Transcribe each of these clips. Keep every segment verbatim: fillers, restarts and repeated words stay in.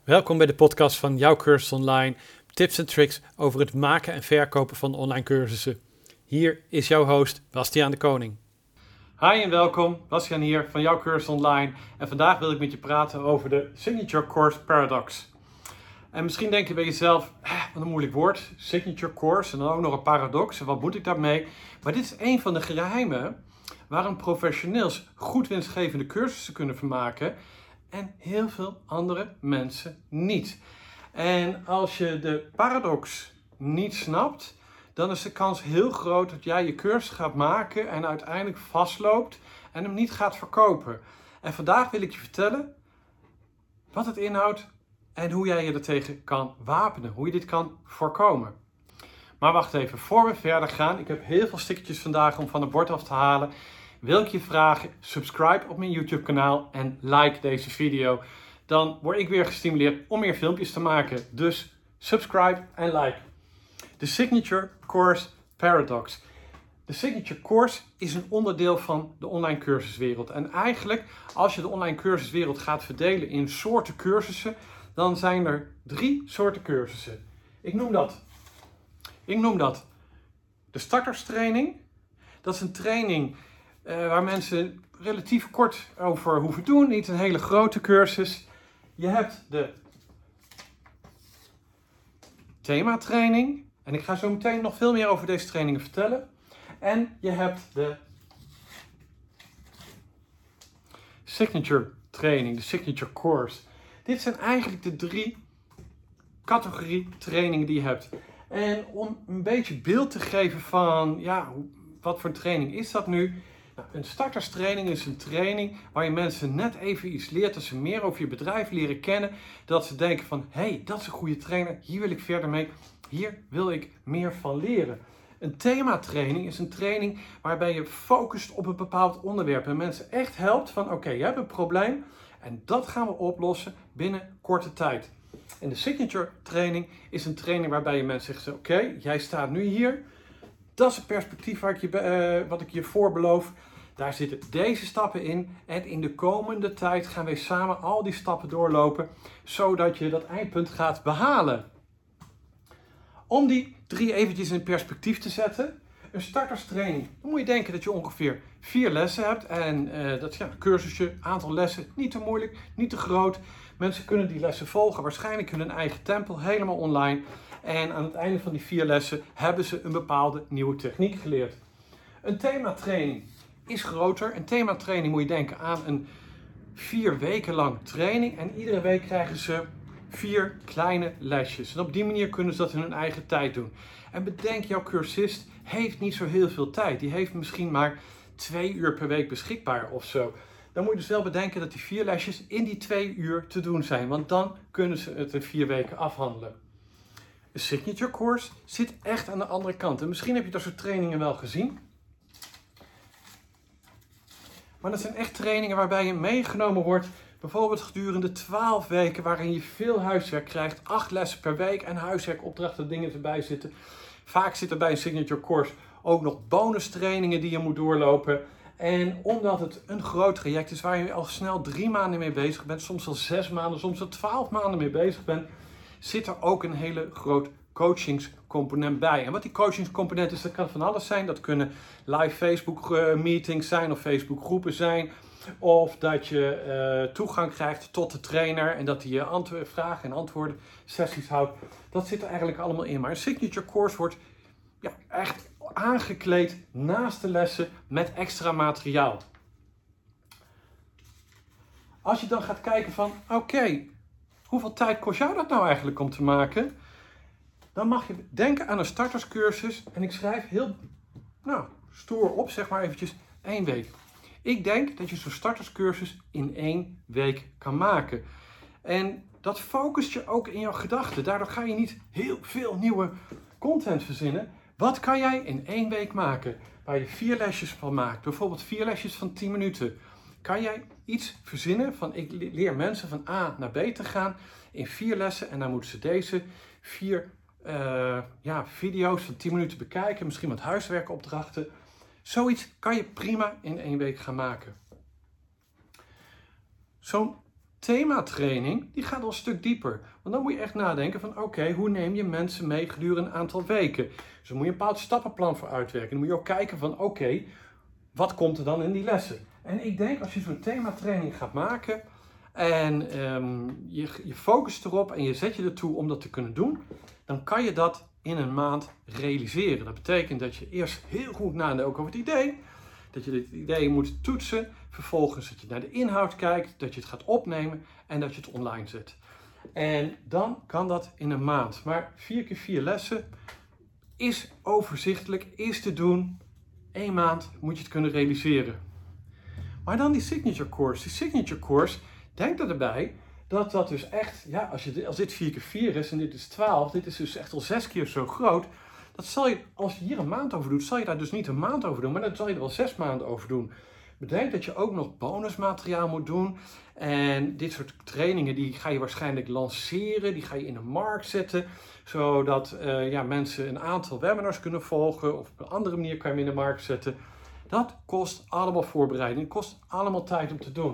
Welkom bij de podcast van Jouw Cursus Online. Tips en tricks over het maken en verkopen van online cursussen. Hier is jouw host, Bastiaan de Koning. Hi en welkom, Bastiaan hier van Jouw Cursus Online. En vandaag wil ik met je praten over de Signature Course Paradox. En misschien denk je bij jezelf, eh, wat een moeilijk woord, Signature Course en dan ook nog een paradox. En wat moet ik daarmee? Maar dit is een van de geheimen waarom professionals goed winstgevende cursussen kunnen vermaken en heel veel andere mensen niet. En als je de paradox niet snapt, dan is de kans heel groot dat jij je cursus gaat maken en uiteindelijk vastloopt en hem niet gaat verkopen. En vandaag wil ik je vertellen wat het inhoudt en hoe jij je er tegen kan wapenen, hoe je dit kan voorkomen. Maar wacht even, voor we verder gaan, ik heb heel veel stickertjes vandaag om van het bord af te halen. Wil ik je vragen, subscribe op mijn YouTube kanaal en like deze video. Dan word ik weer gestimuleerd om meer filmpjes te maken. Dus subscribe en like. De Signature Course Paradox. De Signature Course is een onderdeel van de online cursuswereld. En eigenlijk, als je de online cursuswereld gaat verdelen in soorten cursussen, dan zijn er drie soorten cursussen. Ik noem dat. Ik noem dat de starterstraining. Dat is een training Uh, waar mensen relatief kort over hoeven doen, niet een hele grote cursus. Je hebt de thematraining. En ik ga zo meteen nog veel meer over deze trainingen vertellen. En je hebt de signature training, de signature course. Dit zijn eigenlijk de drie categorie trainingen die je hebt. En om een beetje beeld te geven van, ja, wat voor een training is dat nu? Nou, een starterstraining is een training waar je mensen net even iets leert, dat ze meer over je bedrijf leren kennen, dat ze denken van, hé, hey, dat is een goede trainer, hier wil ik verder mee, hier wil ik meer van leren. Een thematraining is een training waarbij je focust op een bepaald onderwerp en mensen echt helpt van, oké, okay, je hebt een probleem en dat gaan we oplossen binnen korte tijd. En de signature training is een training waarbij je mensen zegt, oké, okay, jij staat nu hier. Dat is het perspectief waar ik je, uh, wat ik je voorbeloof. Daar zitten deze stappen in. En in de komende tijd gaan we samen al die stappen doorlopen. Zodat je dat eindpunt gaat behalen. Om die drie eventjes in perspectief te zetten. Een starterstraining. Dan moet je denken dat je ongeveer vier lessen hebt. En uh, dat is ja, een cursusje, aantal lessen. Niet te moeilijk, niet te groot. Mensen kunnen die lessen volgen. Waarschijnlijk in hun eigen tempo, helemaal online. En aan het einde van die vier lessen hebben ze een bepaalde nieuwe techniek geleerd. Een thematraining is groter. Een thematraining moet je denken aan een vier weken lang training. En iedere week krijgen ze vier kleine lesjes. En op die manier kunnen ze dat in hun eigen tijd doen. En bedenk, jouw cursist heeft niet zo heel veel tijd. Die heeft misschien maar twee uur per week beschikbaar of zo. Dan moet je dus wel bedenken dat die vier lesjes in die twee uur te doen zijn. Want dan kunnen ze het in vier weken afhandelen. De signature course zit echt aan de andere kant. En misschien heb je dat soort trainingen wel gezien. Maar dat zijn echt trainingen waarbij je meegenomen wordt. Bijvoorbeeld gedurende twaalf weken waarin je veel huiswerk krijgt. acht lessen per week en huiswerkopdrachten, dingen erbij zitten. Vaak zit er bij een signature course ook nog bonus trainingen die je moet doorlopen. En omdat het een groot traject is waar je al snel drie maanden mee bezig bent. Soms al zes maanden, soms al twaalf maanden mee bezig bent. Zit er ook een hele groot coachingscomponent bij. En wat die coachingscomponent is, dat kan van alles zijn. Dat kunnen live Facebook meetings zijn of Facebook groepen zijn. Of dat je uh, toegang krijgt tot de trainer en dat hij je antwo- vragen en antwoorden sessies houdt. Dat zit er eigenlijk allemaal in. Maar een signature course wordt ja, echt aangekleed naast de lessen met extra materiaal. Als je dan gaat kijken van, oké, okay, hoeveel tijd kost jou dat nou eigenlijk om te maken? Dan mag je denken aan een starterscursus. En ik schrijf heel nou, stoer op, zeg maar eventjes, één week. Ik denk dat je zo'n starterscursus in één week kan maken. En dat focust je ook in jouw gedachten. Daardoor ga je niet heel veel nieuwe content verzinnen. Wat kan jij in één week maken? Waar je vier lesjes van maakt. Bijvoorbeeld vier lesjes van tien minuten. Kan jij iets verzinnen van ik leer mensen van A naar B te gaan in vier lessen. En dan moeten ze deze vier uh, ja, video's van tien minuten bekijken. Misschien wat huiswerkopdrachten. Zoiets kan je prima in één week gaan maken. Zo'n thematraining, die gaat al een stuk dieper. Want dan moet je echt nadenken van oké, okay, hoe neem je mensen mee gedurende een aantal weken? Dus dan moet je een bepaald stappenplan voor uitwerken. Dan moet je ook kijken van oké, okay, wat komt er dan in die lessen? En ik denk als je zo'n thematraining gaat maken en um, je, je focust erop en je zet je ertoe om dat te kunnen doen, dan kan je dat in een maand realiseren. Dat betekent dat je eerst heel goed nadenkt over het idee, dat je het idee moet toetsen, vervolgens dat je naar de inhoud kijkt, dat je het gaat opnemen en dat je het online zet. En dan kan dat in een maand. Maar vier keer vier lessen is overzichtelijk, is te doen. Eén maand moet je het kunnen realiseren. Maar dan die signature course. Die signature course, denk erbij dat dat dus echt, ja, als, je, als dit vier keer vier is en dit is twaalf, dit is dus echt al zes keer zo groot. Dat zal je, als je hier een maand over doet, zal je daar dus niet een maand over doen, maar dan zal je er wel zes maanden over doen. Bedenk dat je ook nog bonusmateriaal moet doen. En dit soort trainingen die ga je waarschijnlijk lanceren, die ga je in de markt zetten. Zodat uh, ja, mensen een aantal webinars kunnen volgen of op een andere manier kan je hem in de markt zetten. Dat kost allemaal voorbereiding, kost allemaal tijd om te doen.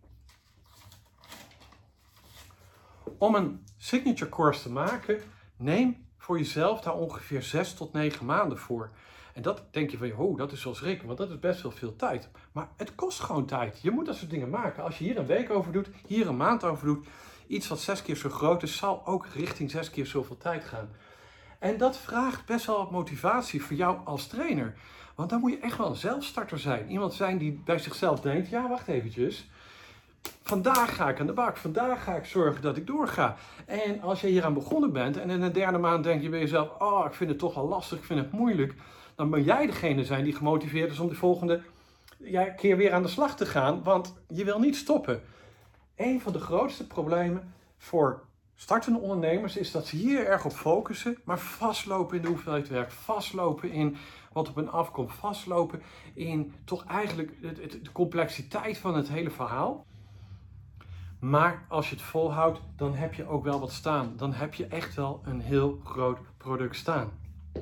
Om een signature course te maken, neem voor jezelf daar ongeveer zes tot negen maanden voor. En dat denk je van, oh, dat is wel schrikken, want dat is best wel veel tijd. Maar het kost gewoon tijd. Je moet dat soort dingen maken. Als je hier een week over doet, hier een maand over doet, iets wat zes keer zo groot is, zal ook richting zes keer zoveel tijd gaan. En dat vraagt best wel wat motivatie voor jou als trainer. Want dan moet je echt wel een zelfstarter zijn. Iemand zijn die bij zichzelf denkt, ja, wacht eventjes. Vandaag ga ik aan de bak. Vandaag ga ik zorgen dat ik doorga. En als je hier aan begonnen bent en in de derde maand denk je bij jezelf, oh, ik vind het toch wel lastig, ik vind het moeilijk. Dan moet jij degene zijn die gemotiveerd is om de volgende ja, keer weer aan de slag te gaan. Want je wil niet stoppen. Een van de grootste problemen voor startende ondernemers is dat ze hier erg op focussen, maar vastlopen in de hoeveelheid werk, vastlopen in wat op hen afkomt, vastlopen in toch eigenlijk de complexiteit van het hele verhaal. Maar als je het volhoudt, dan heb je ook wel wat staan. Dan heb je echt wel een heel groot product staan.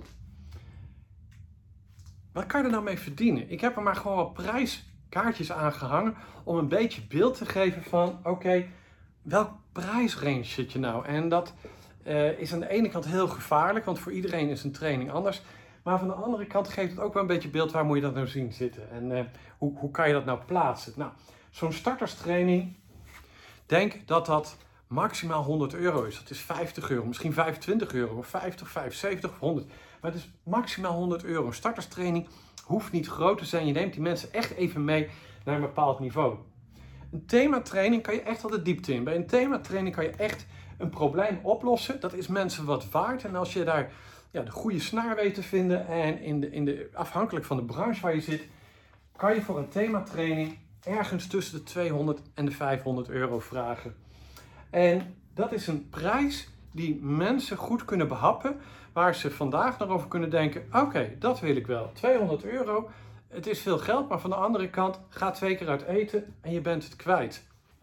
Wat kan je er nou mee verdienen? Ik heb er maar gewoon wat prijskaartjes aan gehangen om een beetje beeld te geven van, oké, okay, welk prijsrange zit je nou? En dat uh, is aan de ene kant heel gevaarlijk, want voor iedereen is een training anders. Maar van de andere kant geeft het ook wel een beetje beeld, waar moet je dat nou zien zitten? En uh, hoe, hoe kan je dat nou plaatsen? Nou, zo'n starterstraining, denk dat dat maximaal honderd euro is. Dat is vijftig euro, misschien vijfentwintig euro, of vijftig, vijfenzeventig of honderd. Maar het is maximaal honderd euro. Een starterstraining hoeft niet groot te zijn. Je neemt die mensen echt even mee naar een bepaald niveau. Een thematraining kan je echt al de diepte in. Bij een thematraining kan je echt een probleem oplossen. Dat is mensen wat waard. En als je daar ja, de goede snaar weet te vinden en in de, in de, afhankelijk van de branche waar je zit, kan je voor een thematraining ergens tussen de tweehonderd en de vijfhonderd euro vragen. En dat is een prijs die mensen goed kunnen behappen, waar ze vandaag nog over kunnen denken, oké, okay, dat wil ik wel. tweehonderd euro, het is veel geld, maar van de andere kant, ga twee keer uit eten en je bent het kwijt.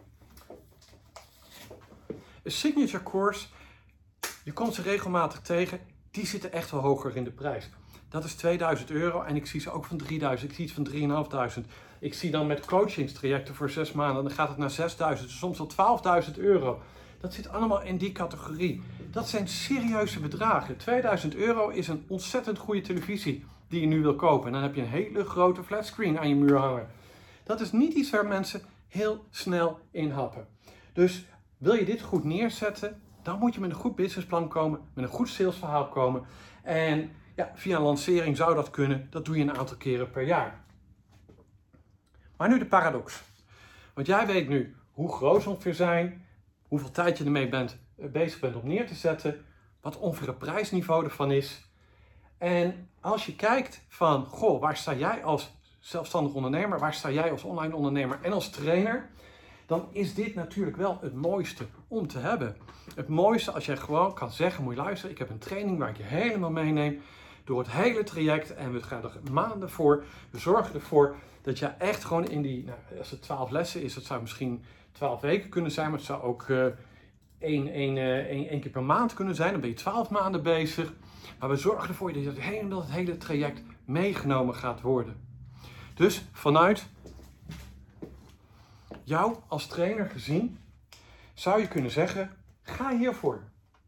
Een signature course, je komt ze regelmatig tegen, die zitten echt wel hoger in de prijs. Dat is tweeduizend euro en ik zie ze ook van drieduizend, ik zie het van drieduizend vijfhonderd. Ik zie dan met coachingstrajecten voor zes maanden, dan gaat het naar zesduizend, soms wel twaalfduizend euro. Dat zit allemaal in die categorie. Dat zijn serieuze bedragen. tweeduizend euro is een ontzettend goede televisie die je nu wil kopen. En dan heb je een hele grote flatscreen aan je muur hangen. Dat is niet iets waar mensen heel snel in happen. Dus wil je dit goed neerzetten, dan moet je met een goed businessplan komen, met een goed salesverhaal komen. En ja, via een lancering zou dat kunnen. Dat doe je een aantal keren per jaar. Maar nu de paradox. Want jij weet nu hoe groot ze ongeveer zijn, hoeveel tijd je ermee bent, bezig bent om neer te zetten, wat ongeveer het prijsniveau ervan is. En als je kijkt van, goh, waar sta jij als zelfstandig ondernemer, waar sta jij als online ondernemer en als trainer, dan is dit natuurlijk wel het mooiste om te hebben. Het mooiste als jij gewoon kan zeggen, moet je luisteren, ik heb een training waar ik je helemaal meeneem door het hele traject en we gaan er maanden voor. We zorgen ervoor dat je echt gewoon in die, nou, als het twaalf lessen is, dat zou misschien twaalf weken kunnen zijn, maar het zou ook uh, één, één, uh, één, één keer per maand kunnen zijn. Dan ben je twaalf maanden bezig. Maar we zorgen ervoor dat het hele, dat het hele traject meegenomen gaat worden. Dus vanuit jou als trainer gezien, zou je kunnen zeggen, ga hiervoor.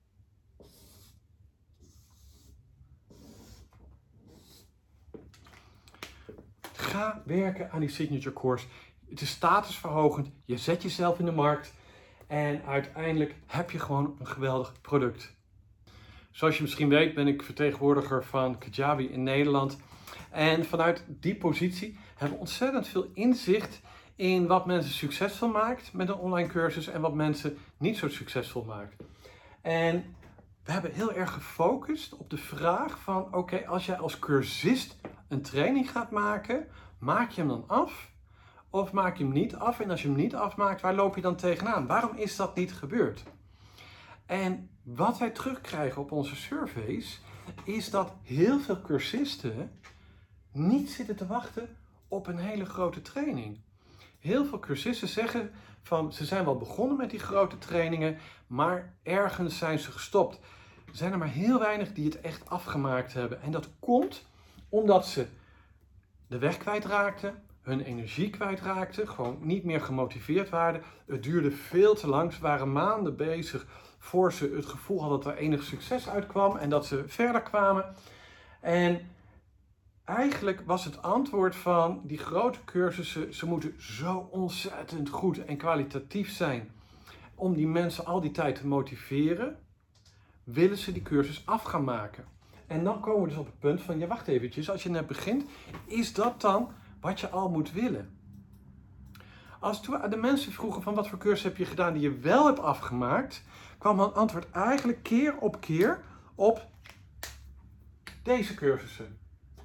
Ga werken aan die signature course. Het is statusverhogend, je zet jezelf in de markt en uiteindelijk heb je gewoon een geweldig product. Zoals je misschien weet ben ik vertegenwoordiger van Kajabi in Nederland. En vanuit die positie hebben we ontzettend veel inzicht in wat mensen succesvol maakt met een online cursus en wat mensen niet zo succesvol maakt. En we hebben heel erg gefocust op de vraag van oké, okay, als jij als cursist een training gaat maken, maak je hem dan af of maak je hem niet af? En als je hem niet afmaakt, waar loop je dan tegenaan? Waarom is dat niet gebeurd? En wat wij terugkrijgen op onze surveys is dat heel veel cursisten niet zitten te wachten op een hele grote training. Heel veel cursisten zeggen van ze zijn wel begonnen met die grote trainingen, maar ergens zijn ze gestopt. Er zijn er maar heel weinig die het echt afgemaakt hebben. En dat komt omdat ze de weg kwijtraakten, hun energie kwijtraakten, gewoon niet meer gemotiveerd waren. Het duurde veel te lang, ze waren maanden bezig voor ze het gevoel hadden dat er enig succes uitkwam en dat ze verder kwamen. En eigenlijk was het antwoord van die grote cursussen, ze moeten zo ontzettend goed en kwalitatief zijn om die mensen al die tijd te motiveren, willen ze die cursus af gaan maken. En dan komen we dus op het punt van, ja wacht eventjes, als je net begint, is dat dan wat je al moet willen? Als toen de mensen vroegen van wat voor cursus heb je gedaan die je wel hebt afgemaakt, kwam het antwoord eigenlijk keer op keer op deze cursussen.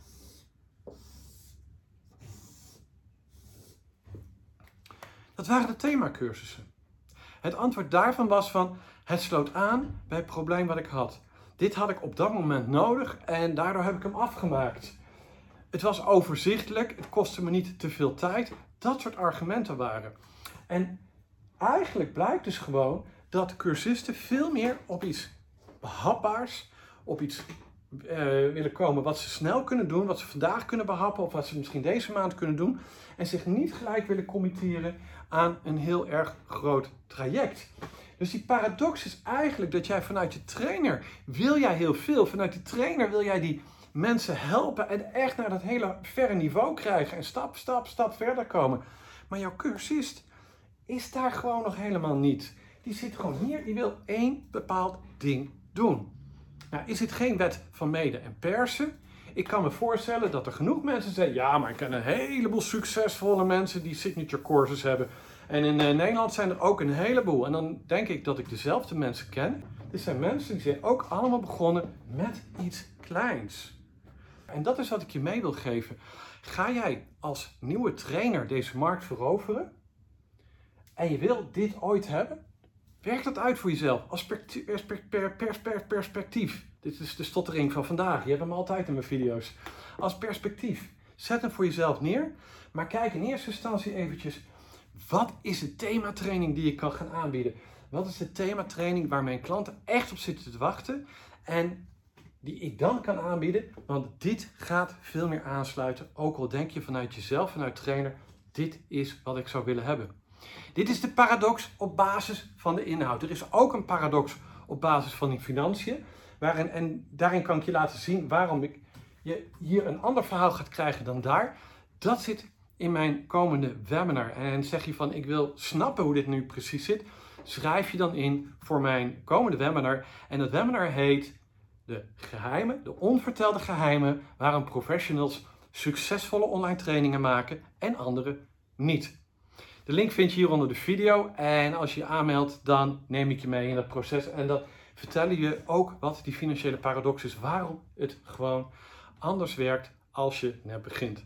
Dat waren de themacursussen. Het antwoord daarvan was van, het sloot aan bij het probleem wat ik had. Dit had ik op dat moment nodig en daardoor heb ik hem afgemaakt. Het was overzichtelijk, het kostte me niet te veel tijd. Dat soort argumenten waren. En eigenlijk blijkt dus gewoon dat cursisten veel meer op iets behapbaars, op iets uh, willen komen wat ze snel kunnen doen, wat ze vandaag kunnen behappen of wat ze misschien deze maand kunnen doen. En zich niet gelijk willen committeren aan een heel erg groot traject. Dus die paradox is eigenlijk dat jij vanuit je trainer wil jij heel veel. Vanuit die trainer wil jij die mensen helpen en echt naar dat hele verre niveau krijgen. En stap, stap, stap verder komen. Maar jouw cursist is daar gewoon nog helemaal niet. Die zit gewoon hier, die wil één bepaald ding doen. Nou, is dit geen wet van meden en persen? Ik kan me voorstellen dat er genoeg mensen zeggen, ja, maar ik ken een heleboel succesvolle mensen die signature courses hebben. En in uh, Nederland zijn er ook een heleboel. En dan denk ik dat ik dezelfde mensen ken. Dit zijn mensen die zijn ook allemaal begonnen met iets kleins. En dat is wat ik je mee wil geven. Ga jij als nieuwe trainer deze markt veroveren? En je wil dit ooit hebben? Werk dat uit voor jezelf als pers pers pers pers perspectief. Dit is de stottering van vandaag. Je hebt hem altijd in mijn video's. Als perspectief. Zet hem voor jezelf neer. Maar kijk in eerste instantie eventjes. Wat is de thematraining die je kan gaan aanbieden? Wat is de thematraining waar mijn klanten echt op zitten te wachten? En die ik dan kan aanbieden. Want dit gaat veel meer aansluiten. Ook al denk je vanuit jezelf, vanuit trainer. Dit is wat ik zou willen hebben. Dit is de paradox op basis van de inhoud. Er is ook een paradox op basis van die financiën. Waarin, en daarin kan ik je laten zien waarom ik je hier een ander verhaal gaat krijgen dan daar. Dat zit in mijn komende webinar. En zeg je van ik wil snappen hoe dit nu precies zit. Schrijf je dan in voor mijn komende webinar. En dat webinar heet de geheimen, de onvertelde geheimen. Waarom professionals succesvolle online trainingen maken en anderen niet. De link vind je hier onder de video en als je je aanmeldt, dan neem ik je mee in dat proces. En dan vertel je ook wat die financiële paradox is, waarom het gewoon anders werkt als je net begint.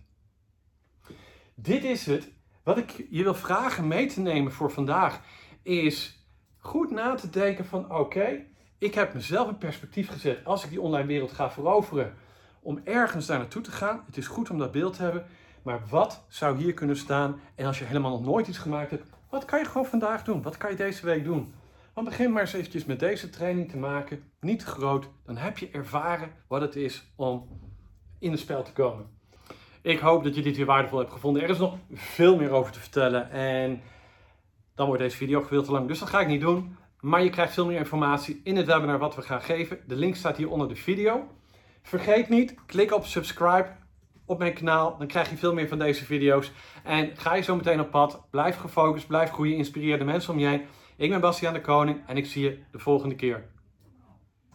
Dit is het. Wat ik je wil vragen mee te nemen voor vandaag is goed na te denken van oké, okay, ik heb mezelf een perspectief gezet als ik die online wereld ga veroveren om ergens daar naartoe te gaan. Het is goed om dat beeld te hebben. Maar wat zou hier kunnen staan? En als je helemaal nog nooit iets gemaakt hebt, wat kan je gewoon vandaag doen? Wat kan je deze week doen? Want begin maar eens eventjes met deze training te maken. Niet te groot. Dan heb je ervaren wat het is om in het spel te komen. Ik hoop dat je dit weer waardevol hebt gevonden. Er is nog veel meer over te vertellen. En dan wordt deze video veel te lang. Dus dat ga ik niet doen. Maar je krijgt veel meer informatie in het webinar wat we gaan geven. De link staat hier onder de video. Vergeet niet, klik op subscribe op mijn kanaal. Dan krijg je veel meer van deze video's. En ga je zo meteen op pad. Blijf gefocust, blijf groeien, inspireer de mensen om je heen. Ik ben Bastiaan de Koning en ik zie je de volgende keer.